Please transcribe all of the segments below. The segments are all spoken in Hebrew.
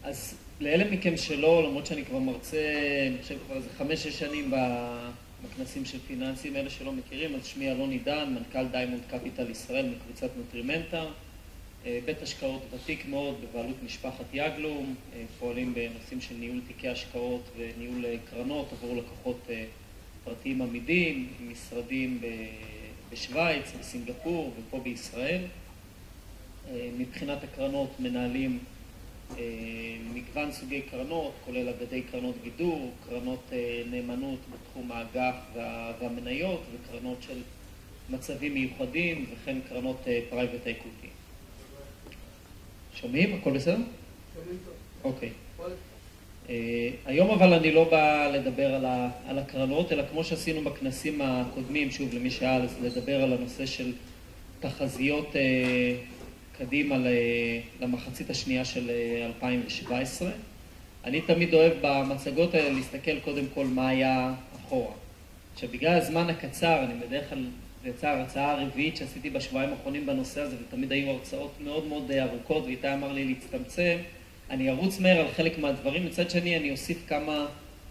אז לאלה מכם שלא, למרות שאני כבר מרצה, אני חושב כבר איזה 5-6 שנים בכנסים של פיננסים, אלה שלא מכירים, אז שמי אלון עידן, מנכ"ל דיימונד קפיטל ישראל מקבוצת נוטרימנטה, בית השקעות ותיק מאוד בבעלות משפחת יגלום, פועלים בנושאים של ניהול תיקי השקעות וניהול קרנות עבור לקוחות פרטיים עמידים, משרדים בשוויץ, בסינגפור ופה בישראל. מבחינת הקרנות מנהלים מגוון סוגי קרנות, כולל אגדי קרנות גידור, קרנות נאמנות בתחום האג"ח והמניות וקרנות של מצבים מיוחדים וכן קרנות פרייבט אקוויטי. שומעים? הכל בסדר? שומעים טוב. אוקיי. היום אבל אני לא בא לדבר על הקרנות, אלא כמו שעשינו בכנסים הקודמים, שוב למי שהיה לדבר על הנושא של תחזיות קדימה למחצית השנייה של 2017. אני תמיד אוהב במצגות האלה להסתכל קודם כל מה היה אחורה. עכשיו, בגלל הזמן הקצר, אני בדרך כלל, זה יצא הרצאה הרביעית שעשיתי בשבועיים האחרונים בנושא הזה, ותמיד היו הרצאות מאוד מאוד ארוכות, ואיתי אמר לי להצטמצם. אני ארוץ מהר על חלק מהדברים, מצד שני אני אוסיף כמה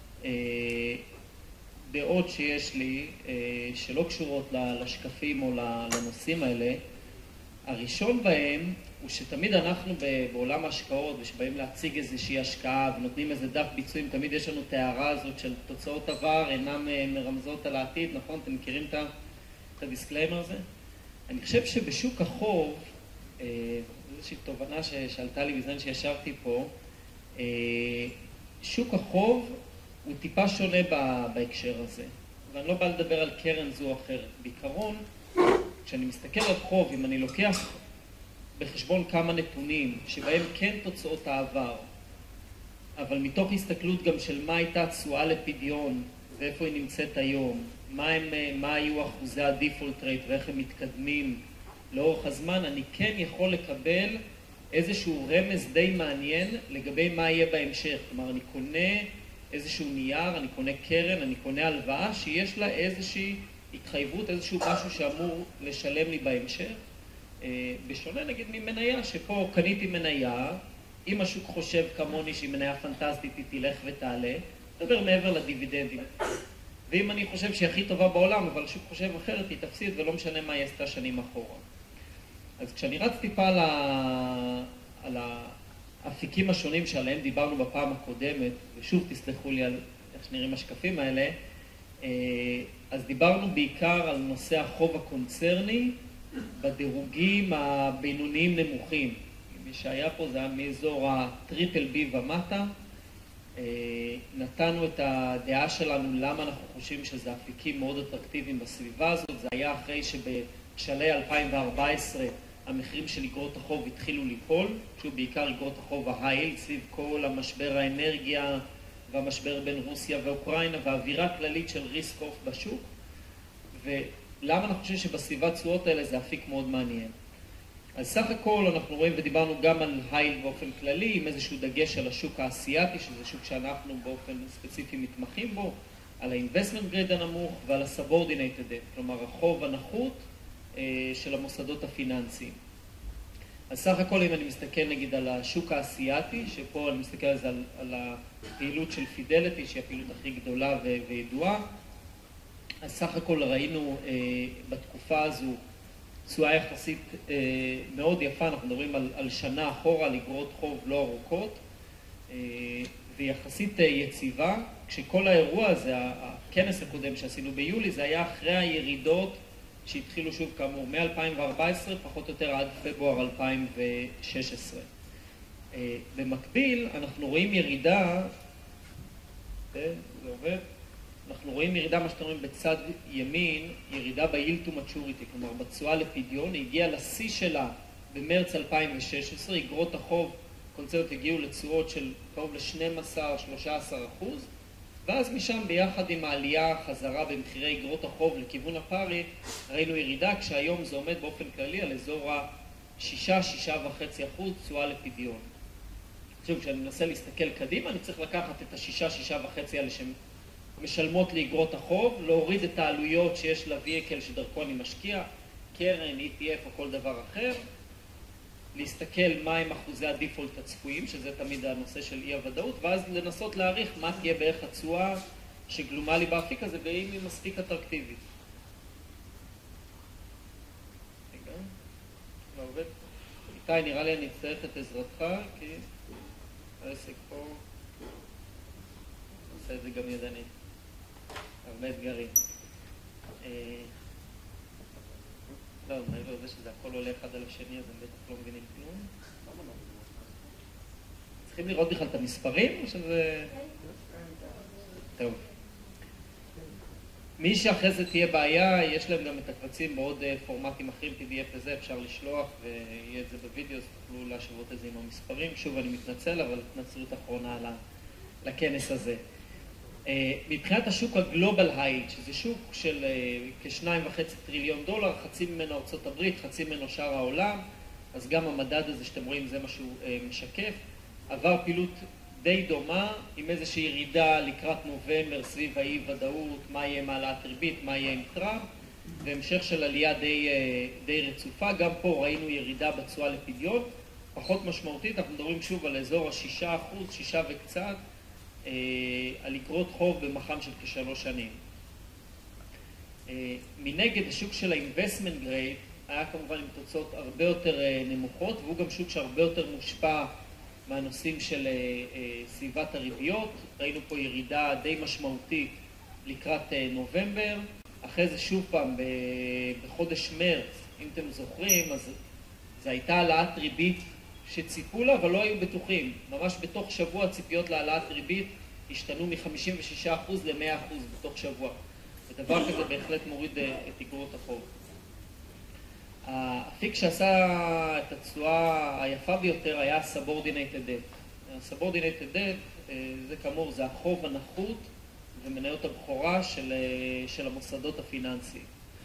דעות שיש לי, שלא קשורות לשקפים או לנושאים האלה. הראשון בהם הוא שתמיד אנחנו בעולם ההשקעות, ושבאים להציג איזושהי השקעה ונותנים איזה דף ביצועים, תמיד יש לנו את ההערה הזאת של תוצאות עבר אינם מרמזות על העתיד, נכון? אתם מכירים את הדיסקליימר הזה? אני חושב שבשוק החוב, איזושהי תובנה שעלתה לי בזמן שישבתי פה, שוק החוב הוא טיפה שונה בהקשר הזה, ואני לא בא לדבר על קרן זו או אחרת. בעיקרון, כשאני מסתכל על חוב, אם אני לוקח בחשבון כמה נתונים שבהם כן תוצאות העבר, אבל מתוך הסתכלות גם של מה הייתה התשואה לפדיון ואיפה היא נמצאת היום, מה היו אחוזי הדיפולט רייט ואיך הם מתקדמים לאורך הזמן, אני כן יכול לקבל איזשהו רמז די מעניין לגבי מה יהיה בהמשך. כלומר, אני קונה איזשהו נייר, אני קונה קרן, אני קונה הלוואה שיש לה איזושהי התחייבות, איזשהו משהו שאמור לשלם לי בהמשך. בשונה נגיד ממניה, שפה קניתי מניה, אם השוק חושב כמוני שהיא מניה פנטסטית, היא תלך ותעלה, דבר מעבר לדיבידנדים. ואם אני חושב שהיא הכי טובה בעולם, אבל השוק חושב אחרת, היא תפסיד ולא משנה מה היא עשתה שנים אחורה. אז כשאני רץ טיפה על האפיקים השונים שעליהם דיברנו בפעם הקודמת, ושוב תסלחו לי על איך שנראים השקפים האלה, אז דיברנו בעיקר על נושא החוב הקונצרני בדירוגים הבינוניים נמוכים. מי שהיה פה זה היה מאזור הטריפל בי ומטה. נתנו את הדעה שלנו למה אנחנו חושבים שזה אפיקים מאוד אטרקטיביים בסביבה הזאת. זה היה אחרי שבשלהי 2014 המחירים של אגרות החוב התחילו ליפול, שהוא בעיקר אגרות החוב ההייל, סביב כל המשבר האנרגיה והמשבר בין רוסיה ואוקראינה והאווירה כללית של ריסק אוף בשוק. ולמה אנחנו חושבים שבסביבת תשואות האלה זה אפיק מאוד מעניין. אז סך הכל אנחנו רואים ודיברנו גם על הייל באופן כללי, עם איזשהו דגש על השוק האסייתי, שזה שוק שאנחנו באופן ספציפי מתמחים בו, על ה-investment grade הנמוך ועל ה-subordinated debt, כלומר החוב הנחות של המוסדות הפיננסיים. אז סך הכל אם אני מסתכל נגיד על השוק האסייתי, שפה אני מסתכל על הפעילות של פידליטי, שהיא הפעילות הכי גדולה וידועה, אז סך הכל ראינו בתקופה הזו תשואה יחסית מאוד יפה, אנחנו מדברים על שנה אחורה, על אגרות חוב לא ארוכות, ויחסית יציבה, כשכל האירוע הזה, הכנס הקודם שעשינו ביולי, זה היה אחרי הירידות שהתחילו שוב כאמור מ-2014, פחות או יותר עד פברואר 2016. במקביל, אנחנו רואים ירידה, זה עובד, אנחנו רואים ירידה, מה שאתם רואים בצד ימין, ירידה ב-yield to maturity, כלומר בתשואה לפדיון, היא הגיעה לשיא שלה במרץ 2016, אגרות החוב קונצרניות הגיעו לתשואות של קרוב ל-12-13%, ואז משם ביחד עם העלייה חזרה במחירי אגרות החוב לכיוון הפארי, ראינו ירידה, כשהיום זה עומד באופן כללי על אזור ה-6-6.5% תשואה לפדיון. עכשיו, כשאני מנסה להסתכל קדימה, אני צריך לקחת את ה-6-6.5% האלה שהן משלמות לאגרות החוב, להוריד את העלויות שיש לווייקל שדרכו אני משקיע, קרן, ETF או כל דבר אחר, להסתכל מהם אחוזי הדיפולט הצפויים, שזה תמיד הנושא של אי הוודאות, ואז לנסות להעריך מה תהיה בערך התשואה שגלומה לי באפיק הזה, ואם היא מספיק אטרקטיבית. רגע, לא עובד. איתי, נראה לי אני אצטרך את עזרתך, כי העסק פה עושה את זה גם ידני. הרבה אתגרים. לא, מעבר לזה שזה הכל עולה אחד על השני, אז הם בטח לא מבינים כלום. צריכים לראות בכלל את המספרים, או שזה... טוב. מי שאחרי זה תהיה בעיה, יש להם גם את הקבצים בעוד פורמטים אחרים, PDF וזה, אפשר לשלוח, ויהיה את זה בווידאו, אז תוכלו להשוות את זה עם המספרים. שוב, אני מתנצל, אבל התנצלות אחרונה לכנס הזה. מבחינת השוק הגלובל הייט, שזה שוק של כ$2.5 טריליון, חצי ממנו ארצות הברית, חצי ממנו שאר העולם, אז גם המדד הזה שאתם רואים זה מה שהוא משקף, עבר פעילות די דומה, עם איזושהי ירידה לקראת נובמבר סביב האי ודאות, מה יהיה עם העלאת ריבית, מה יהיה עם טראמפ, והמשך של עלייה די רצופה. גם פה ראינו ירידה בתשואה לפדיון, פחות משמעותית, אנחנו מדברים שוב על אזור ה6%, 6 וקצת, על אגרות חוב במח"מ של כ3 שנים. מנגד, השוק של ה-investment grade היה כמובן עם תוצאות הרבה יותר נמוכות, והוא גם שוק שהרבה יותר מושפע מהנושאים של סביבת הריביות. ראינו פה ירידה די משמעותית לקראת נובמבר. אחרי זה שוב פעם, בחודש מרץ, אם אתם זוכרים, אז זו הייתה העלאת ריבית שציפו לה, אבל לא היו בטוחים. ממש בתוך שבוע הציפיות להעלאת ריבית השתנו מ-56% ל-100% בתוך שבוע. ודבר כזה בהחלט מוריד את אגרות החוב. האפיק שעשה את התשואה היפה ביותר היה Subordinated Debt. Subordinated Debt זה כאמור, זה החוב הנחות ומניות הבכורה של המוסדות הפיננסיים.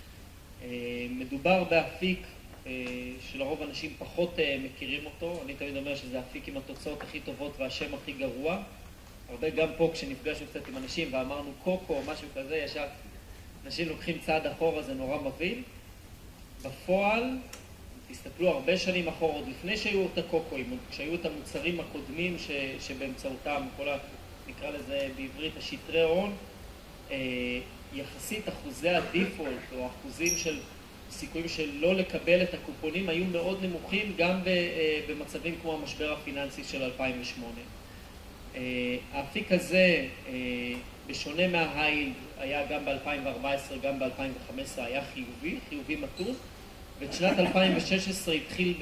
מדובר באפיק שלרוב אנשים פחות מכירים אותו. אני תמיד אומר שזה האפיק עם התוצאות הכי טובות והשם הכי גרוע. הרבה גם פה כשנפגשנו קצת עם אנשים ואמרנו קוקו או משהו כזה, ישר אנשים לוקחים צעד אחורה, זה נורא מבין. בפועל, תסתכלו הרבה שנים אחורה, עוד לפני שהיו את הקוקואים, כשהיו את המוצרים הקודמים שבאמצעותם, נקרא לזה בעברית השטרי הון, יחסית אחוזי הדיפולט או אחוזים של סיכויים של לא לקבל את הקופונים היו מאוד נמוכים גם במצבים כמו המשבר הפיננסי של 2008. האפיק הזה, בשונה מההיילד, היה גם ב-2014, גם ב-2015, היה חיובי מתון, ואת שנת 2016 התחיל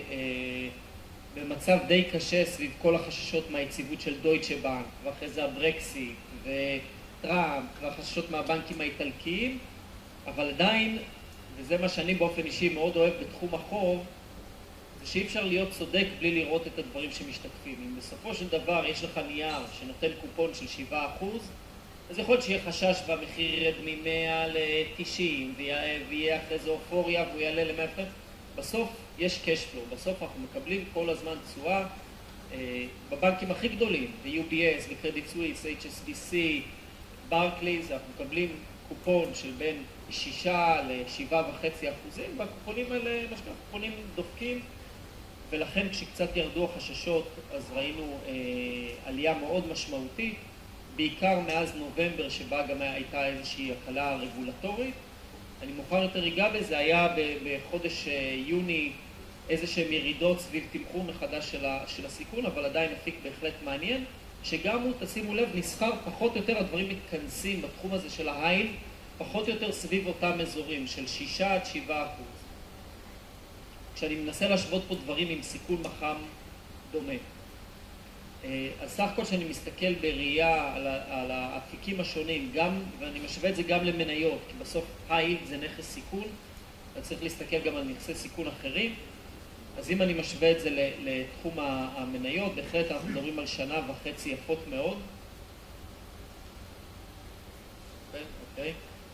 במצב די קשה סביב כל החששות מהיציבות של דויטשה בנק, ואחרי זה הברקסיט וטראמפ, והחששות מהבנקים האיטלקיים, אבל עדיין, וזה מה שאני באופן אישי מאוד אוהב בתחום החוב, זה שאי אפשר להיות צודק בלי לראות את הדברים שמשתקפים. אם בסופו של דבר יש לך נייר שנותן קופון של 7%, אז יכול להיות שיהיה חשש והמחיר ירד מ-100 ל-90, ויהיה אחרי זה אופוריה והוא יעלה ל-100. בסוף יש cash flow, בסוף אנחנו מקבלים כל הזמן תשואה בבנקים הכי גדולים, ב-UBS, בקרדיט סוויס, HSBC, ברקליז, אנחנו מקבלים קופון של בין 6 ל-7.5%, והקופונים האלה, קופונים דופקים, ולכן כשקצת ירדו החששות, אז ראינו עלייה מאוד משמעותית, בעיקר מאז נובמבר, שבה גם הייתה איזושהי הקלה רגולטורית. אני מאוחר יותר אגע בזה, היה בחודש יוני איזשהם ירידות סביב תמחור מחדש של הסיכון, אבל עדיין אפיק בהחלט מעניין, שגם הוא, תשימו לב, נסחר פחות או יותר, הדברים מתכנסים בתחום הזה של ההייל, פחות או יותר סביב אותם אזורים של 6-7%. כשאני מנסה להשוות פה דברים עם סיכון מח"מ דומה. אז סך הכל שאני מסתכל בראייה על האפיקים השונים, ואני משווה את זה גם למניות, כי בסוף הייל זה נכס סיכון, אז צריך להסתכל גם על נכסי סיכון אחרים. אז אם אני משווה את זה לתחום המניות, בהחלט אנחנו מדברים על 1.5 שנים יפות מאוד. אוקיי.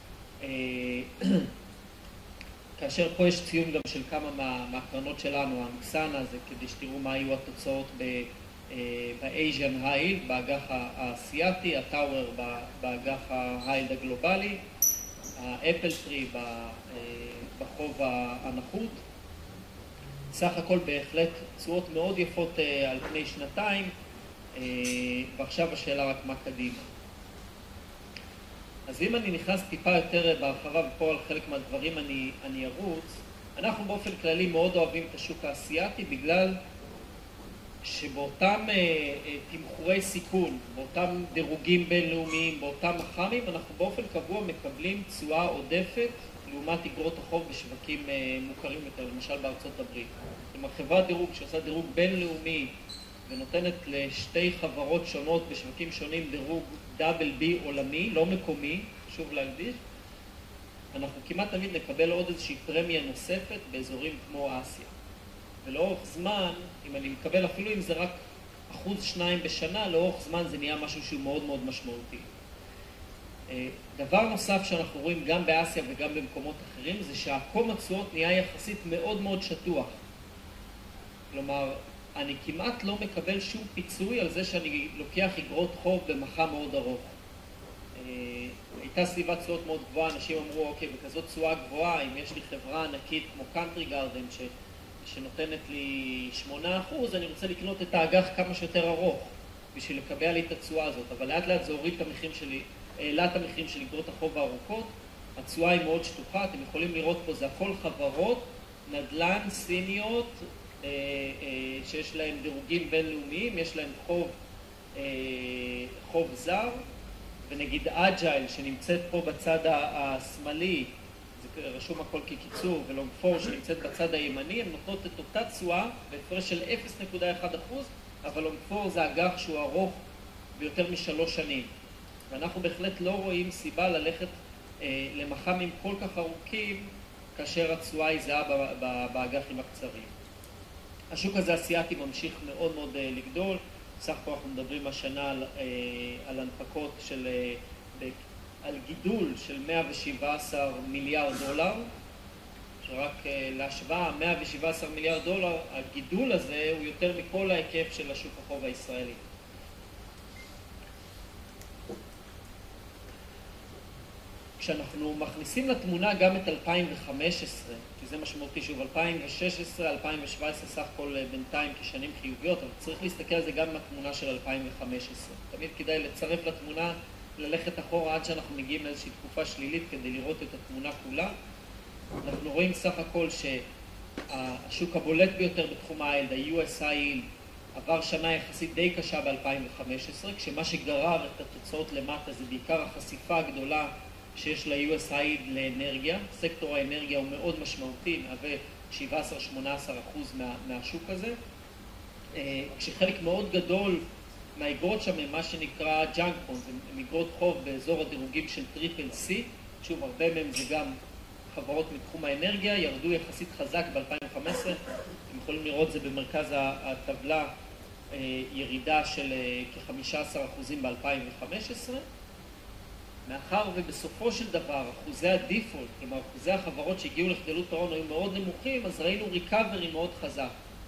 כאשר פה יש ציון גם של כמה מהקרנות שלנו, המקסנה, זה כדי שתראו מה היו התוצאות ב-Asian High, באג"ח האסייתי, הטאוור באג"ח ההייד הגלובלי, האפל טרי בחוב הנחות. סך הכל בהחלט תשואות מאוד יפות על פני שנתיים, ועכשיו השאלה רק מה קדימה. אז אם אני נכנס טיפה יותר בהרחבה, ופה על חלק מהדברים אני ארוץ, אנחנו באופן כללי מאוד אוהבים את השוק האסייתי, בגלל שבאותם תמחורי סיכון, באותם דירוגים בינלאומיים, באותם מח"מים, אנחנו באופן קבוע מקבלים תשואה עודפת לעומת אגרות החוב בשווקים מוכרים יותר, למשל בארצות הברית. כלומר, חברת דירוג שעושה דירוג בינלאומי ונותנת לשתי חברות שונות בשווקים שונים דירוג דאבל בי עולמי, לא מקומי, שוב להקדיש, אנחנו כמעט תמיד נקבל עוד איזושהי פרמיה נוספת באזורים כמו אסיה. ולאורך זמן, אם אני מקבל אפילו אם זה רק 1-2% בשנה, לאורך זמן זה נהיה משהו שהוא מאוד מאוד משמעותי. דבר נוסף שאנחנו רואים גם באסיה וגם במקומות אחרים, זה שהעקום התשואות נהיה יחסית מאוד מאוד שטוח. כלומר, אני כמעט לא מקבל שום פיצוי על זה שאני לוקח אגרות חוב במח"מ מאוד ארוך. הייתה סביבת תשואות מאוד גבוהה, אנשים אמרו, אוקיי, בכזאת תשואה גבוהה, אם יש לי חברה ענקית כמו קאנטרי גארדן שנותנת לי 8%, אני רוצה לקנות את האג"ח כמה שיותר ארוך בשביל לקבע לי את התשואה הזאת, אבל לאט לאט זה הוריד את המחירים שלי, העלה את המחירים של אגרות החוב הארוכות, התשואה היא מאוד שטוחה, אתם יכולים לראות פה, זה הכל חברות, נדל"ן, סיניות, שיש להם דירוגים בינלאומיים, יש להם חוב זר, ונגיד אג'ייל שנמצאת פה בצד השמאלי, זה רשום הכל כקיצור, ולונג פור שנמצאת בצד הימני, הן נותנות את אותה תשואה בהפרש של 0.1%, אבל לונג פור זה אג"ח שהוא ארוך ביותר מ3 שנים. ואנחנו בהחלט לא רואים סיבה ללכת למח"מים כל כך ארוכים, כאשר התשואה היא זהה באג"חים הקצרים. השוק הזה האסייתי ממשיך מאוד מאוד לגדול, סך הכל אנחנו מדברים השנה על הנפקות על גידול של 117 מיליארד דולר, שרק להשוואה, 117 מיליארד דולר, הגידול הזה הוא יותר מכל ההיקף של השוק החוב הישראלי. כשאנחנו מכניסים לתמונה גם את 2015, כי זה משמעותי שוב, 2016, 2017 סך הכל בינתיים כשנים חיוביות, אבל צריך להסתכל על זה גם מהתמונה של 2015. תמיד כדאי לצרף לתמונה, ללכת אחורה עד שאנחנו מגיעים לאיזושהי תקופה שלילית כדי לראות את התמונה כולה. אנחנו רואים סך הכל שהשוק הבולט ביותר בתחום ה-yield, ה-US yield, עבר שנה יחסית די קשה ב-2015, כשמה שגרר את התוצאות למטה זה בעיקר החשיפה הגדולה שיש ל-US yield לאנרגיה. סקטור האנרגיה הוא מאוד משמעותי, מהווה 17-18% מהשוק הזה, כשחלק מאוד גדול מהאגרות שם הם מה שנקרא ג'אנק בונדס, הם אגרות חוב באזור הדירוגים של טריפל סי, שוב הרבה מהם זה גם חברות מתחום האנרגיה, ירדו יחסית חזק ב-2015, אתם יכולים לראות זה במרכז הטבלה, ירידה של כ-15% ב-2015, מאחר ובסופו של דבר אחוזי הדיפולט, כלומר אחוזי החברות שהגיעו לחדלות פירעון היו מאוד נמוכים, אז ראינו ריקאברי מאוד חזק.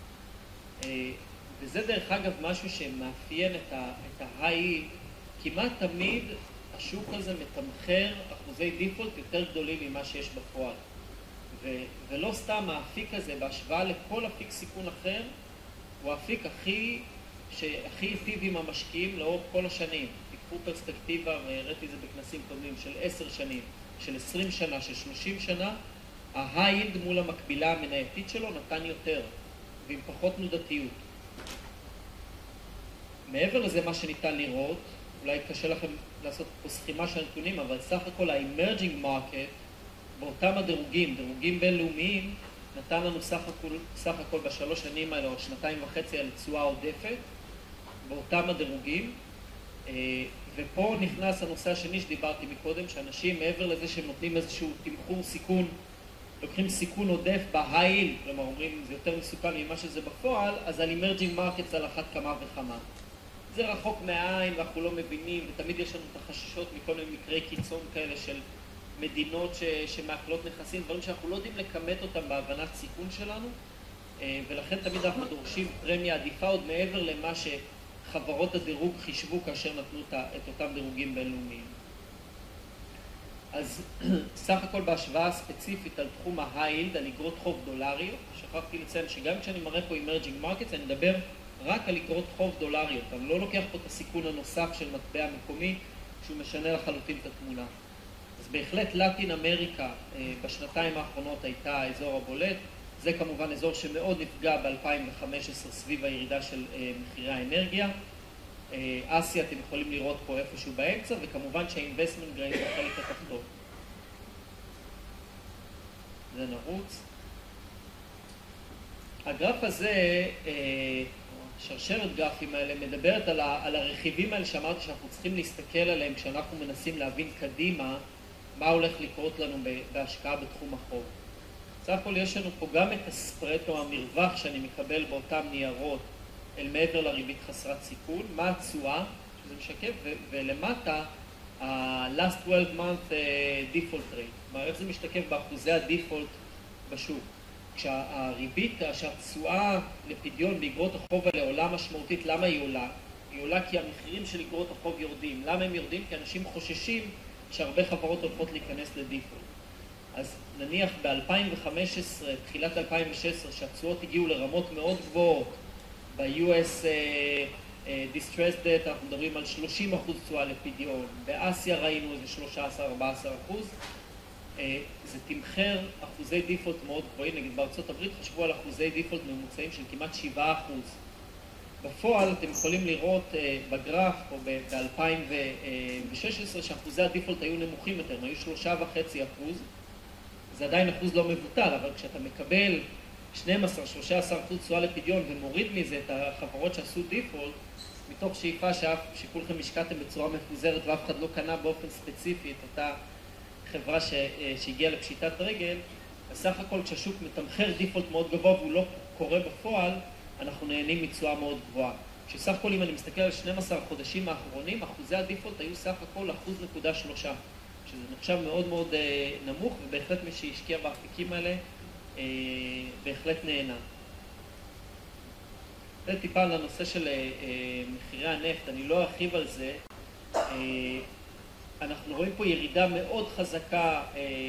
וזה דרך אגב משהו שמאפיין את ה-high, כמעט תמיד השוק הזה מתמחר אחוזי דיפולט יותר גדולים ממה שיש בפועל. ולא סתם האפיק הזה בהשוואה לכל אפיק סיכון אחר, הוא האפיק הכי היטיב עם המשקיעים לאורך כל השנים. תיקחו פרספקטיבה, והראיתי את זה בכנסים קודמים, של 10 שנים, של 20 שנה, של 30 שנה, ה-high yield מול המקבילה המנייתית שלו נתן יותר, ועם פחות תנודתיות. מעבר לזה מה שניתן לראות, אולי קשה לכם לעשות פה סכימה של הנתונים, אבל סך הכל ה-emerging market, באותם הדירוגים, דירוגים בינלאומיים, נתן לנו סך הכל בשלוש שנים האלה, או 2.5 על תשואה עודפת, באותם הדירוגים, ופה נכנס הנושא השני שדיברתי מקודם, שאנשים מעבר לזה שהם נותנים איזשהו תמחור סיכון, לוקחים סיכון עודף בהייל, כלומר אומרים זה יותר מסוכן ממה שזה בפועל, אז על emerging markets על אחת כמה וכמה. זה רחוק מהעין ואנחנו לא מבינים, ותמיד יש לנו את החששות מכל מיני מקרי קיצון כאלה של מדינות שמעקלות נכסים, דברים שאנחנו לא יודעים לכמת אותם בהבנת סיכון שלנו, ולכן תמיד אנחנו דורשים פרמיה עדיפה עוד מעבר למה שחברות הדירוג חישבו כאשר נתנו את אותם דירוגים בינלאומיים. אז סך הכל בהשוואה ספציפית על תחום ה-high yield, על אגרות חוב דולריות, שכחתי לציין שגם כשאני מראה פה emerging markets, אני מדבר רק על אגרות חוב דולריות, אני לא לוקח פה את הסיכון הנוסף של מטבע מקומי, שהוא משנה לחלוטין את התמונה. אז בהחלט לטין אמריקה בשנתיים האחרונות הייתה האזור הבולט, זה כמובן אזור שמאוד נפגע ב-2015 סביב הירידה של מחירי האנרגיה. אסיה אתם יכולים לראות פה איפשהו באמצע, וכמובן שה-investment grade בחלק התחתון. זה נרוץ. הגרף הזה, שרשרת גרפים האלה, מדברת על הרכיבים האלה שאמרתי שאנחנו צריכים להסתכל עליהם כשאנחנו מנסים להבין קדימה מה הולך לקרות לנו בהשקעה בתחום החוב. סך הכל יש לנו פה גם את הספרד, כלומר המרווח שאני מקבל באותם ניירות אל מעבר לריבית חסרת סיכון, מה התשואה שזה משקף, ולמטה ה-last 12 month default rate, כלומר איך זה משתקף באחוזי הדיפולט בשוק. כשהריבית, שהתשואה לפדיון באגרות החוב האלה עולה משמעותית, למה היא עולה? היא עולה כי המחירים של אגרות החוב יורדים. למה הם יורדים? כי אנשים חוששים שהרבה חברות הולכות להיכנס לדיפולט. אז נניח ב-2015, תחילת 2016, שהתשואות הגיעו לרמות מאוד גבוהות, ב-US Distressed Debt אנחנו מדברים על 30% תשואה לפדיון, באסיה ראינו איזה 13-14%, זה תמחר אחוזי דיפולט מאוד גבוהים, נגיד בארצות הברית חשבו על אחוזי דיפולט ממוצעים של כמעט 7%. בפועל אתם יכולים לראות בגרף או ב-2016 שאחוזי הדיפולט היו נמוכים יותר, הם היו 3.5%, זה עדיין אחוז לא מבוטל, אבל כשאתה מקבל 12-13% תשואה לפדיון ומוריד מזה את החברות שעשו דיפולט, מתוך שאיפה שכולכם השקעתם בצורה מפוזרת ואף אחד לא קנה באופן ספציפי את אותה חברה שהגיעה לפשיטת רגל, בסך הכל כשהשוק מתמחר דיפולט מאוד גבוה והוא לא קורה בפועל, אנחנו נהנים מתשואה מאוד גבוהה. שסך הכל אם אני מסתכל על 12 החודשים האחרונים, אחוזי הדיפולט היו סך הכל 1.3%, שזה נחשב מאוד מאוד נמוך, ובהחלט מי שהשקיע באפיקים האלה בהחלט נהנה. זה טיפה על הנושא של מחירי הנפט, אני לא ארחיב על זה. אנחנו רואים פה ירידה מאוד חזקה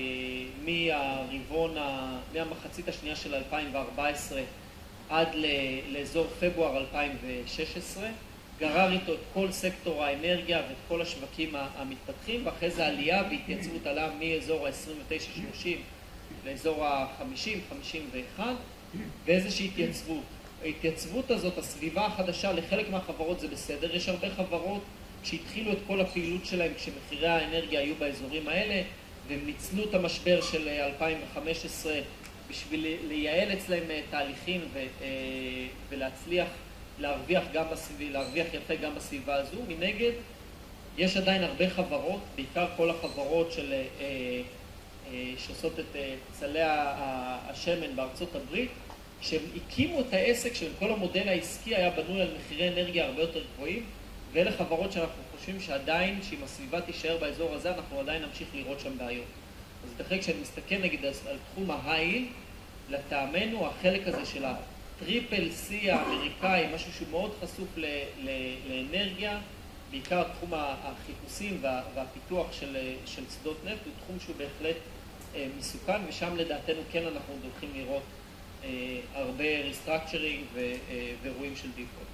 מהמחצית השנייה של 2014 עד לאזור פברואר 2016, גרר איתו את כל סקטור האנרגיה ואת כל השווקים המתפתחים, ואחרי זה עלייה והתייצבות עלה מאזור ה-29-30 לאזור ה-50-51, ואיזושהי התייצבות. ההתייצבות הזאת, הסביבה החדשה, לחלק מהחברות זה בסדר, יש הרבה חברות שהתחילו את כל הפעילות שלהם כשמחירי האנרגיה היו באזורים האלה, והם ניצלו את המשבר של 2015 בשביל לייעל אצלהם תהליכים ולהצליח להרוויח יפה גם בסביבה הזו. מנגד, יש עדיין הרבה חברות, בעיקר כל החברות שעושות את צלי השמן בארצות הברית, שהם הקימו את העסק של כל המודל העסקי היה בנוי על מחירי אנרגיה הרבה יותר גבוהים, ואלה חברות שאנחנו חושבים שעדיין, שאם הסביבה תישאר באזור הזה, אנחנו עדיין נמשיך לראות שם בעיות. אז תחלק כשאני מסתכל נגיד על תחום ההייל, לטעמנו החלק הזה של הטריפל סי האמריקאי, משהו שהוא מאוד חשוף לאנרגיה, בעיקר תחום החיפושים והפיתוח של שדות נפט, הוא תחום שהוא בהחלט מסוכן, ושם לדעתנו כן אנחנו הולכים לראות הרבה ריסטרקצ'רינג ואירועים של דיפולט.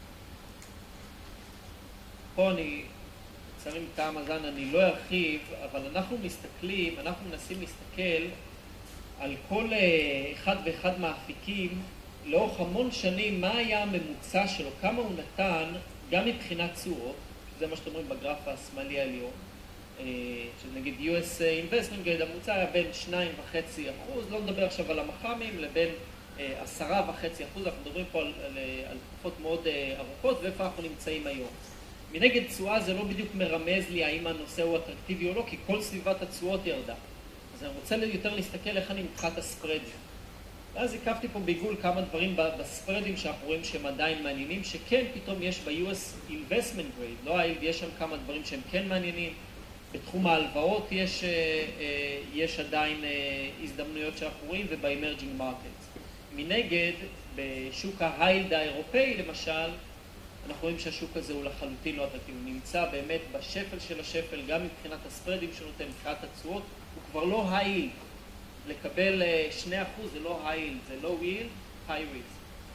פה אני צרים טעם הזן, אני לא ארחיב, אבל אנחנו מנסים להסתכל על כל אחד ואחד מהאפיקים לאורך המון שנים, מה היה הממוצע שלו, כמה הוא נתן, גם מבחינת תשואות, שזה מה שאתם רואים בגרף השמאלי העליון, שנגיד US Investment Grade, הממוצע היה בין 2.5%, לא נדבר עכשיו על המח"מים, לבין 10.5%, אנחנו מדברים פה על תקופות מאוד ארוכות, ואיפה אנחנו נמצאים היום. מנגד תשואה זה לא בדיוק מרמז לי האם הנושא הוא אטרקטיבי או לא, כי כל סביבת התשואות ירדה. אז אני רוצה יותר להסתכל איך אני מבחינת הספרדים. ואז הקפתי פה בעיגול כמה דברים בספרדים שאנחנו רואים שהם עדיין מעניינים, שכן פתאום יש ב-US Investment Grade, לא היילד, יש שם כמה דברים שהם כן מעניינים. בתחום ההלוואות יש עדיין הזדמנויות שאנחנו רואים, וב-Emerging Markets. מנגד, בשוק ההיילד האירופאי למשל, אנחנו רואים שהשוק הזה הוא לחלוטין לא אטרקטיבי, הוא נמצא באמת בשפל של השפל, גם מבחינת הספרדים שנותן, מבחינת התשואות, הוא כבר לא high yield. לקבל 2% זה לא high yield, זה low yield, high risk.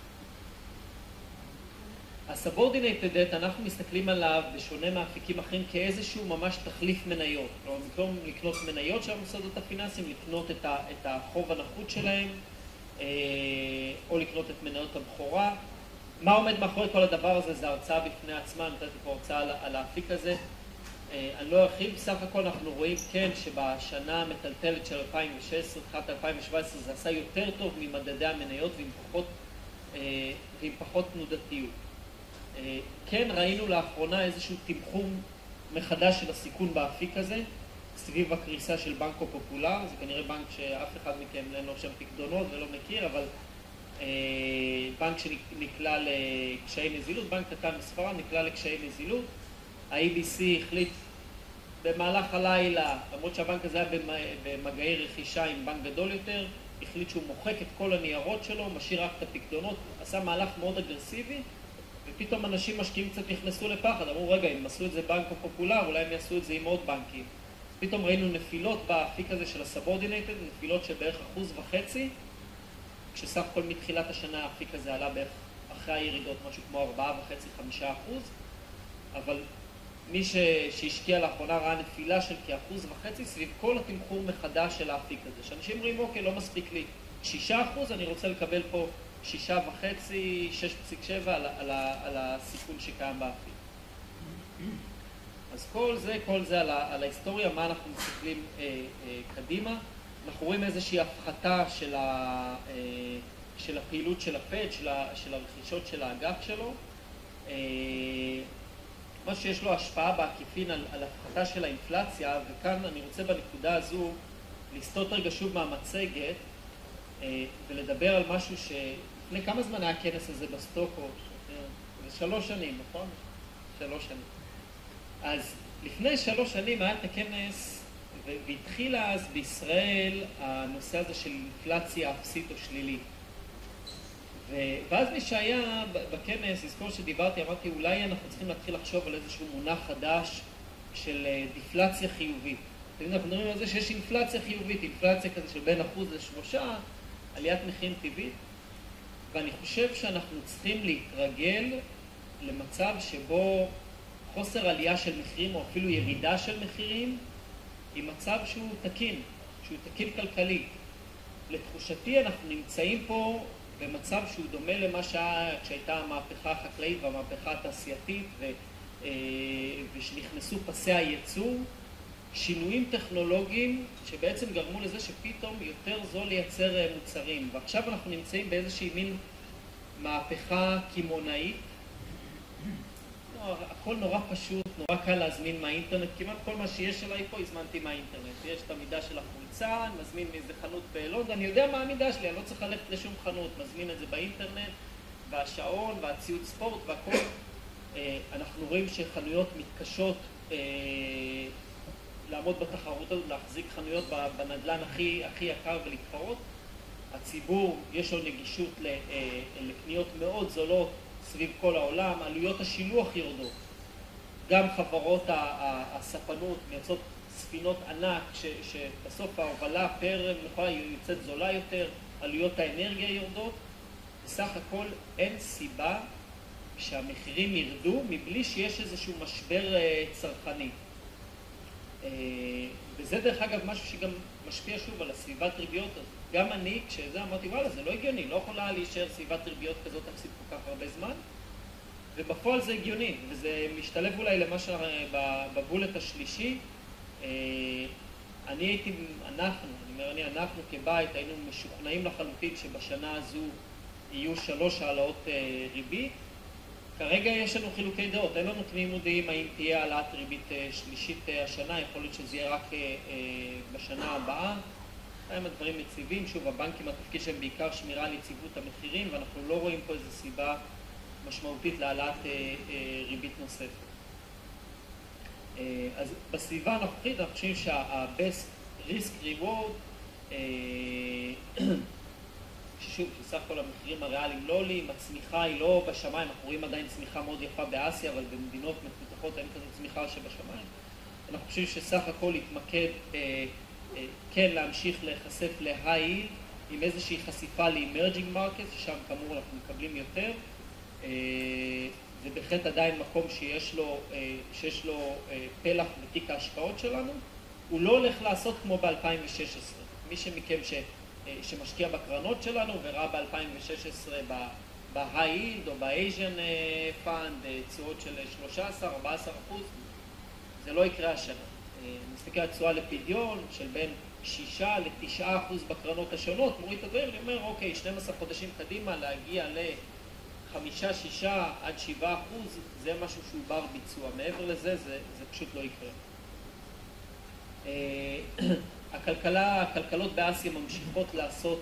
ה-subordinated debt, אנחנו מסתכלים עליו בשונה מאפיקים אחרים כאיזשהו ממש תחליף מניות. כלומר, במקום לקנות מניות של המוסדות הפיננסיים, לקנות את החוב הנחות שלהם, או לקנות את מניות הבכורה. מה עומד מאחורי כל הדבר הזה? זה הרצאה בפני עצמה, נתתי פה הרצאה על האפיק הזה. אני לא ארחיב, בסך הכל אנחנו רואים כן שבשנה המטלטלת של 2016, תחילת 2017, זה עשה יותר טוב ממדדי המניות ועם פחות תנודתיות. כן ראינו לאחרונה איזשהו תמחום מחדש של הסיכון באפיק הזה, סביב הקריסה של בנקו פופולר, זה כנראה בנק שאף אחד מכם אין לו שם פקדונות ולא מכיר, אבל בנק שנקלע לקשיי נזילות, בנק קטן בספרד נקלע לקשיי נזילות, ה-EBC החליט במהלך הלילה, למרות שהבנק הזה היה במגעי רכישה עם בנק גדול יותר, החליט שהוא מוחק את כל הניירות שלו, משאיר רק את הפקדונות, עשה מהלך מאוד אגרסיבי, ופתאום אנשים משקיעים קצת נכנסו לפחד, אמרו רגע, אם עשו את זה בנקו פופולר, אולי הם יעשו את זה עם עוד בנקים. פתאום ראינו נפילות באפיק הזה של ה-subordinated, נפילות של בערך 1.5%, כשסך הכל מתחילת השנה האפיק הזה עלה בערך אחרי הירידות, משהו כמו 4.5-5%, אבל מי שהשקיע לאחרונה ראה נפילה של כ1.5% סביב כל התמחור מחדש של האפיק הזה. שאנשים אומרים, אוקיי, לא מספיק לי 6%, אני רוצה לקבל פה 6.5, 6.7 על הסיכון שקיים באפיק. אז כל זה על ההיסטוריה, מה אנחנו מסתכלים קדימה. אנחנו רואים איזושהי הפחתה של הפעילות של הפד, של הרכישות של האג"ח שלו. מה שיש לו השפעה בעקיפין על הפחתה של האינפלציה, וכאן אני רוצה בנקודה הזו לסטות רגע שוב מהמצגת ולדבר על משהו שלפני כמה זמן היה הכנס הזה בסטוקהולם? זה 3 שנים, נכון? 3 שנים. אז לפני 3 שנים היה את הכנס, והתחיל אז בישראל הנושא הזה של אינפלציה אפסית או שלילית. ואז מי שהיה בכנס, לזכור שדיברתי, אמרתי, אולי אנחנו צריכים להתחיל לחשוב על איזשהו מונח חדש של דיפלציה חיובית. אנחנו מדברים על זה שיש אינפלציה חיובית, אינפלציה כזה של בין 1% ל3%, עליית מחירים טבעית, ואני חושב שאנחנו צריכים להתרגל למצב שבו חוסר עלייה של מחירים או אפילו ירידה של מחירים היא מצב שהוא תקין כלכלי. לתחושתי אנחנו נמצאים פה במצב שהוא דומה למה כשהייתה המהפכה החקלאית והמהפכה התעשייתית ושנכנסו פסי הייצור, שינויים טכנולוגיים שבעצם גרמו לזה שפתאום יותר זול לייצר מוצרים. ועכשיו אנחנו נמצאים באיזושהי מין מהפכה קימונאית. הכל נורא פשוט, נורא קל להזמין מהאינטרנט, כמעט כל מה שיש עליי פה הזמנתי מהאינטרנט. יש את המידה של החולצה, אני מזמין מאיזה חנות בלונדון, אני יודע מה המידה שלי, אני לא צריך ללכת לשום חנות, מזמין את זה באינטרנט, והשעון, והציוד ספורט והכל. אנחנו רואים שחנויות מתקשות לעמוד בתחרות הזאת, להחזיק חנויות בנדלן הכי יקר ולהתחרות. הציבור יש לו נגישות לקניות מאוד זולות סביב כל העולם, עלויות השילוח יורדות. גם חברות הספנות מייצרות ספינות ענק שבסוף ההובלה פר מכולה יוצאת זולה יותר, עלויות האנרגיה יורדות. בסך הכל אין סיבה שהמחירים ירדו מבלי שיש איזשהו משבר צרכני. וזה דרך אגב משהו שגם משפיע שוב על הסביבת ריביות. גם אני, כשזה אמרתי, וואלה, זה לא הגיוני, לא יכולה להישאר סביבת ריביות כזאת תפסיד כל כך הרבה זמן, ובפועל זה הגיוני, וזה משתלב אולי למה שבבולט השלישי. אנחנו כבית היינו משוכנעים לחלוטין שבשנה הזו יהיו 3 העלאות ריבית. כרגע יש לנו חילוקי דעות, אין לנו תמימות דעים האם תהיה העלאת ריבית שלישית השנה, יכול להיות שזה יהיה רק בשנה הבאה. הם הדברים יציבים, שוב, הבנקים התפקיד שהם בעיקר שמירה על יציבות המחירים, ואנחנו לא רואים פה איזו סיבה משמעותית להעלאת ריבית נוספת. אז בסביבה הנוכחית אנחנו חושבים שה-best risk reward ששוב, בסך הכל המחירים הריאליים לא עולים, הצמיחה היא לא בשמיים, אנחנו רואים עדיין צמיחה מאוד יפה באסיה, אבל במדינות מפותחות אין כזאת צמיחה שבשמיים. אנחנו חושבים שסך הכל להתמקד, כן להמשיך להיחשף להיי עם איזושהי חשיפה ל-emerging markets, ששם כאמור אנחנו מקבלים יותר, זה בהחלט עדיין מקום שיש לו פלח בתיק ההשקעות שלנו. הוא לא הולך לעשות כמו ב-2016. מי מכם שמשקיע בקרנות שלנו וראה ב-2016 ב-high yield או ב-Asian fund תשואות של 13-14%, זה לא יקרה השנה. נסתכל על תשואה לפדיון של בין 6-9% בקרנות השונות, מוריד את הדברים, אני אומר, אוקיי, 12 חודשים קדימה להגיע ל-5-6 עד 7%, זה משהו שהוא בר ביצוע. מעבר לזה, זה פשוט לא יקרה. הכלכלות באסיה ממשיכות לעשות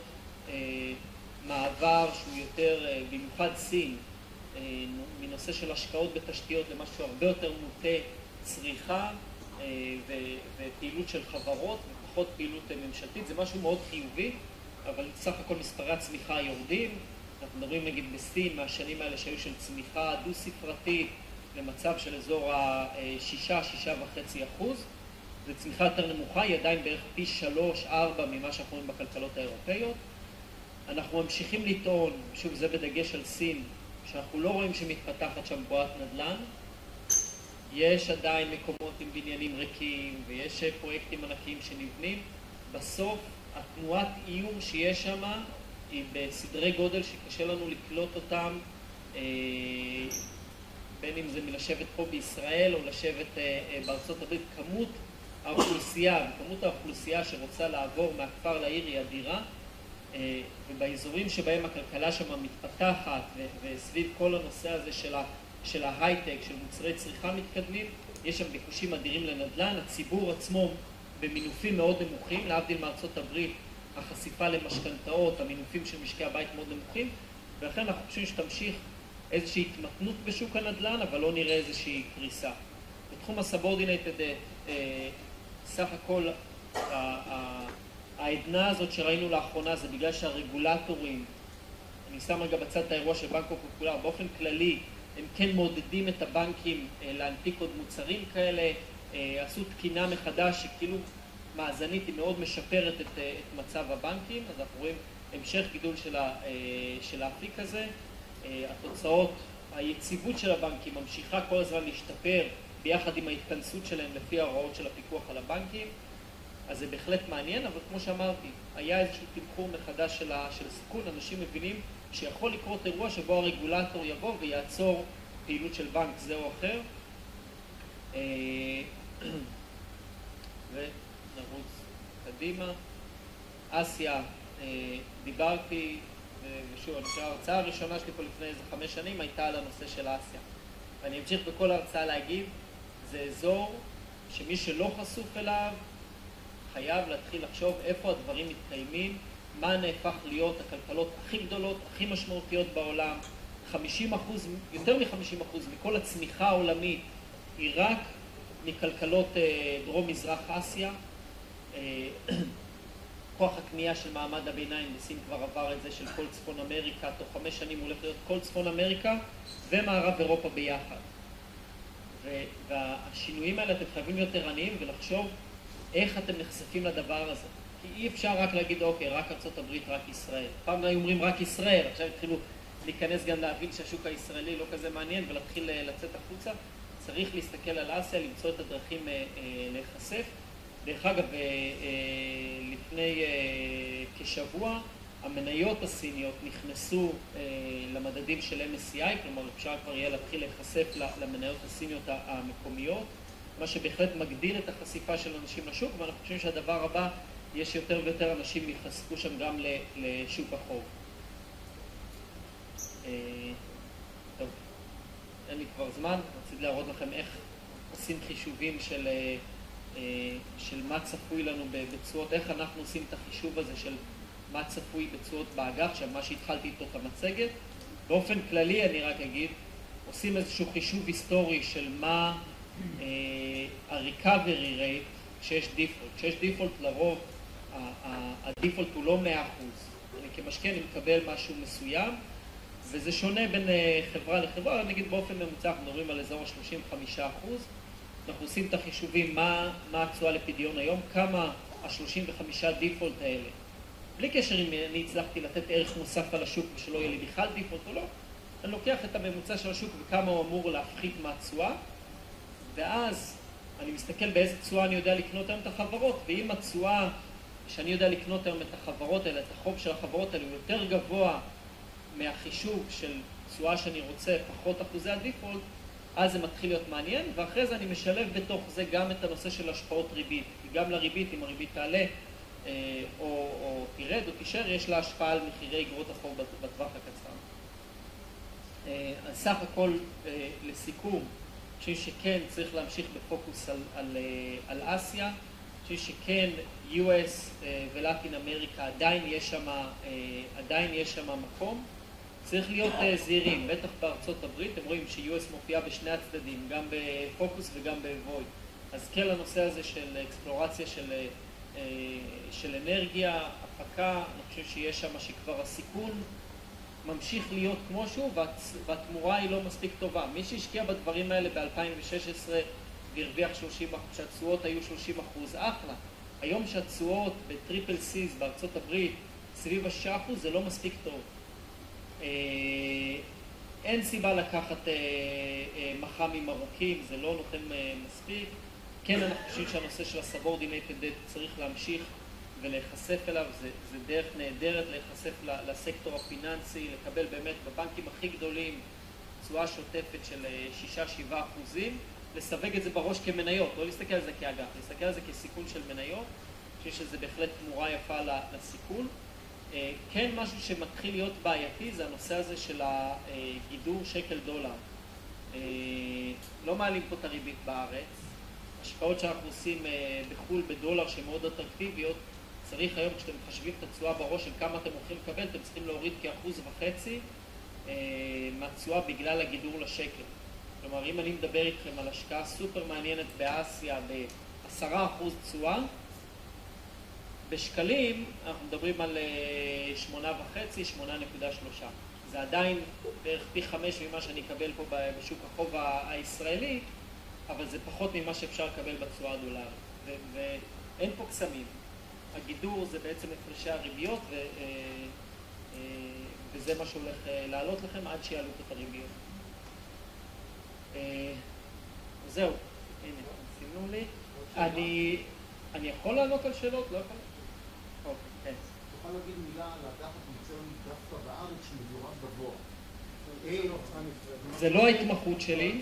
מעבר שהוא יותר, במיוחד סין, מנושא של השקעות בתשתיות למשהו הרבה יותר מוטה צריכה ופעילות של חברות ופחות פעילות ממשלתית. זה משהו מאוד חיובי, אבל סך הכל מספרי הצמיחה יורדים. אנחנו מדברים נגיד בסין מהשנים האלה שהיו של צמיחה דו-ספרתית למצב של אזור ה-6-6.5%. זו צמיחה יותר נמוכה, היא עדיין בערך פי 3-4 ממה שאנחנו רואים בכלכלות האירופאיות. אנחנו ממשיכים לטעון, שוב זה בדגש על סין, שאנחנו לא רואים שמתפתחת שם בועת נדל"ן. יש עדיין מקומות עם בניינים ריקים ויש פרויקטים ענקיים שנבנים. בסוף התנועת איום שיש שם היא בסדרי גודל שקשה לנו לקלוט אותם, בין אם זה מלשבת פה בישראל או לשבת בארצות הברית. כמות האוכלוסייה שרוצה לעבור מהכפר לעיר היא אדירה, ובאזורים שבהם הכלכלה שם מתפתחת וסביב כל הנושא הזה של ההייטק, של מוצרי צריכה מתקדמים, יש שם ביקושים אדירים לנדל"ן. הציבור עצמו במינופים מאוד נמוכים, להבדיל מארצות הברית, החשיפה למשכנתאות, המינופים של משקי הבית מאוד נמוכים, ולכן אנחנו חושבים שתמשיך איזושהי התמתנות בשוק הנדל"ן, אבל לא נראה איזושהי קריסה. בתחום הסובורדינטד, סך הכל העדנה הזאת שראינו לאחרונה זה בגלל שהרגולטורים, אני שם רגע בצד את האירוע של בנקו פופולר, באופן כללי הם כן מעודדים את הבנקים להנפיק עוד מוצרים כאלה, עשו תקינה מחדש שכאילו מאזנית היא מאוד משפרת את מצב הבנקים, אז אנחנו רואים המשך גידול של האפיק הזה. התוצאות, היציבות של הבנקים ממשיכה כל הזמן להשתפר ביחד עם ההתכנסות שלהם לפי ההוראות של הפיקוח על הבנקים, אז זה בהחלט מעניין, אבל כמו שאמרתי, היה איזשהו תמחור מחדש של סיכון. אנשים מבינים שיכול לקרות אירוע שבו הרגולטור יבוא ויעצור פעילות של בנק זה או אחר. ונרוץ קדימה. אסיה, דיברתי, ושוב, אני חושב ההרצאה הראשונה שלי פה לפני איזה 5 שנים הייתה על הנושא של אסיה. ואני אמשיך בכל ההרצאה להגיד, זה אזור שמי שלא חשוף אליו, חייב להתחיל לחשוב איפה הדברים מתקיימים, מה נהפך להיות הכלכלות הכי גדולות, הכי משמעותיות בעולם. 50%, יותר מ-50% מכל הצמיחה העולמית היא רק מכלכלות דרום-מזרח אסיה. כוח הקנייה של מעמד הביניים בסין כבר עבר את זה של כל צפון אמריקה, תוך 5 שנים הוא הולך להיות כל צפון אמריקה ומערב אירופה ביחד. והשינויים האלה אתם חייבים להיות ערניים ולחשוב איך אתם נחשפים לדבר הזה. כי אי אפשר רק להגיד, אוקיי, רק ארצות הברית, רק ישראל. פעם היו אומרים רק ישראל, עכשיו התחילו להיכנס גם להבין שהשוק הישראלי לא כזה מעניין ולהתחיל לצאת החוצה. צריך להסתכל על אסיה, למצוא את הדרכים להיחשף. דרך אגב, לפני כשבוע, המניות הסיניות נכנסו למדדים של MSCI, כלומר אפשר כבר יהיה להתחיל להיחשף למניות הסיניות המקומיות, מה שבהחלט מגדיל את החשיפה של אנשים לשוק, ואנחנו חושבים שהדבר הבא, יש יותר ויותר אנשים ייחשפו שם גם לשוק החוב. טוב, אין לי כבר זמן, רציתי להראות לכם איך עושים חישובים של מה צפוי לנו בתשואות, איך אנחנו עושים את החישוב הזה של מה צפוי בתשואות באג"ח, עכשיו מה שהתחלתי איתו את המצגת. באופן כללי אני רק אגיד, עושים איזשהו חישוב היסטורי של מה ה-recovery rate כשיש דיפולט. כשיש דיפולט לרוב, הדיפולט הוא לא 100%, אני כמשקיע אני מקבל משהו מסוים, וזה שונה בין חברה לחברה, נגיד באופן ממוצע אנחנו מדברים על אזור ה-35%, אנחנו עושים את החישובים מה התשואה לפדיון היום, כמה ה-35 דיפולט האלה. בלי קשר אם אני הצלחתי לתת ערך מוסף על השוק ושלא יהיה לי בכלל דיפולט או לא, אני לוקח את הממוצע של השוק וכמה הוא אמור להפחית מהתשואה, ואז אני מסתכל באיזה תשואה אני יודע לקנות היום את החברות, ואם התשואה שאני יודע לקנות היום את החברות האלה, את החוב של החברות האלה, הוא יותר גבוה מהחישוב של תשואה שאני רוצה, פחות אחוזי הדיפולט, אז זה מתחיל להיות מעניין, ואחרי זה אני משלב בתוך זה גם את הנושא של השפעות ריבית. כי גם לריבית, אם הריבית תעלה או תירד או תישאר, יש לה השפעה על מחירי אגרות החוב בטווח הקצר. אז סך הכל, לסיכום, אני חושב שכן צריך להמשיך בפוקוס על אסיה, אני חושב שכן US ולטין אמריקה עדיין יש שם מקום. צריך להיות זהירים, בטח בארצות הברית, אתם רואים ש-US מופיעה בשני הצדדים, גם בפוקוס וגם בווי. אז כן לנושא הזה של אקספלורציה של אנרגיה, הפקה, אני חושב שיש שם שכבר הסיכון ממשיך להיות כמו שהוא, והתמורה היא לא מספיק טובה. מי שהשקיע בדברים האלה ב-2016 והרוויח 30%, שהתשואות היו 30%, אחלה. היום שהתשואות בטריפל סיז בארצות הברית סביב ה6%, זה לא מספיק טוב. אין סיבה לקחת מח"מים ארוכים, זה לא נותן מספיק. כן, אנחנו חושבים שהנושא של ה-subordinated debt צריך להמשיך ולהיחשף אליו, זה דרך נהדרת להיחשף לסקטור הפיננסי, לקבל באמת בבנקים הכי גדולים תשואה שוטפת של 6-7%, לסווג את זה בראש כמניות, לא להסתכל על זה כאג"ח, להסתכל על זה כסיכון של מניות, שזה בהחלט תמורה יפה לסיכון. כן, משהו שמתחיל להיות בעייתי זה הנושא הזה של הגידור שקל דולר. לא מעלים פה את הריבית בארץ, השקעות שאנחנו עושים בחול בדולר שהן מאוד אטרקטיביות, צריך היום כשאתם מחשבים את התשואה בראש של כמה אתם הולכים לקבל, אתם צריכים להוריד כ1.5% מהתשואה בגלל הגידור לשקל. כלומר, אם אני מדבר איתכם על השקעה סופר מעניינת באסיה ב10% תשואה, בשקלים אנחנו מדברים על 8.5, 8.3. זה עדיין בערך פי 5 ממה שאני אקבל פה בשוק החוב הישראלי, אבל זה פחות ממה שאפשר לקבל בתשואה הדולרית. ואין פה קסמים. הגידור זה בעצם הפרשי הריביות, וזה מה שהולך לעלות לכם עד שיעלו את הריביות. זהו, הנה, סימנו לי. אני יכול לענות על שאלות? לא יכול? אוקיי, כן. תוכל להגיד מילה על האג"ח הקונצרני דווקא בארץ שמדורג גבוה. זה לא ההתמחות שלי.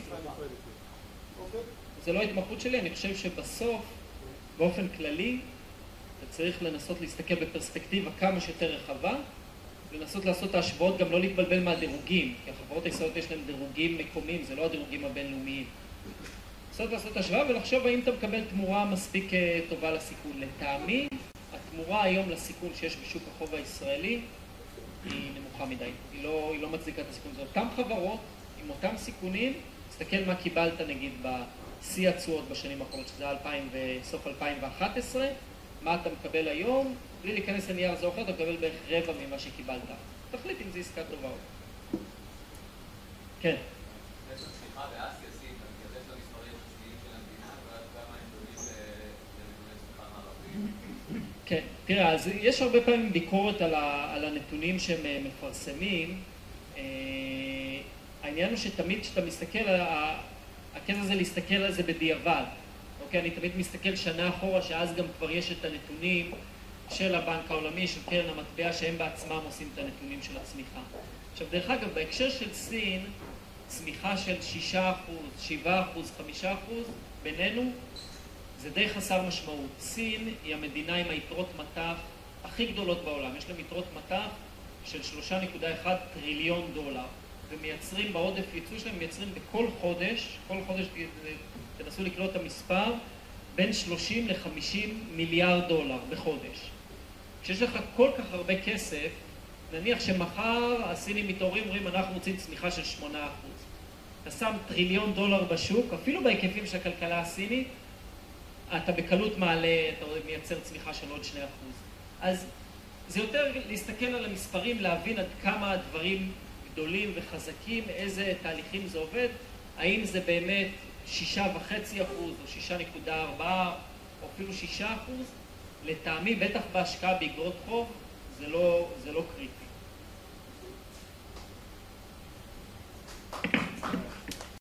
זה לא ההתמחות שלי, אני חושב שבסוף, באופן כללי, אתה צריך לנסות להסתכל בפרספקטיבה כמה שיותר רחבה, לנסות לעשות את ההשוואות, גם לא להתבלבל מהדירוגים, כי החברות הישראליות יש להן דירוגים מקומיים, זה לא הדירוגים הבינלאומיים. לנסות לעשות את ההשוואה ולחשוב האם אתה מקבל תמורה מספיק טובה לסיכון. לטעמי, התמורה היום לסיכון שיש בשוק החוב הישראלי היא נמוכה מדי. היא לא מצדיקה את הסיכון. זה אותם חברות עם אותם סיכונים, תסתכל מה קיבלת נגיד בשיא התשואות בשנים האחרונות, שזה סוף 2011, מה אתה מקבל היום, בלי להיכנס לנייר זה או אחר, אתה מקבל בערך רבע ממה שקיבלת. תחליט אם זה עסקה טובה או. כן. יש צמיחה באסיה, סין, אני יודע את המספרים השניים של המדינה, ואז כמה הם דומים לנתוני צמיחה מערביים. כן, תראה, אז יש הרבה פעמים ביקורת על הנתונים שהם מפרסמים. העניין הוא שתמיד כשאתה מסתכל, הקטע הזה להסתכל על זה בדיעבד. אוקיי, אני תמיד מסתכל שנה אחורה, שאז גם כבר יש את הנתונים של הבנק העולמי, של קרן המטבע, שהם בעצמם עושים את הנתונים של הצמיחה. עכשיו, דרך אגב, בהקשר של סין, צמיחה של 6%, 7%, 5%, בינינו, זה די חסר משמעות. סין היא המדינה עם היתרות מטח הכי גדולות בעולם. יש להם יתרות מטח של 3.1 טריליון דולר, ומייצרים בעודף ייצוא שלהם, מייצרים בכל חודש, כל חודש תנסו לקלוט את המספר, בין 30 ל-50 מיליארד דולר בחודש. כשיש לך כל כך הרבה כסף, נניח שמחר הסינים מתעוררים, אומרים, אנחנו רוצים צמיחה של 8%. אתה שם טריליון דולר בשוק, אפילו בהיקפים של הכלכלה הסינית, אתה בקלות מעלה, אתה מייצר צמיחה של עוד 2%. אז זה יותר להסתכל על המספרים, להבין עד כמה הדברים גדולים וחזקים, איזה תהליכים זה עובד, האם זה באמת 6.5% או 6.4% או אפילו 6%, לטעמי בטח בהשקעה באגרות חוב זה לא קריטי.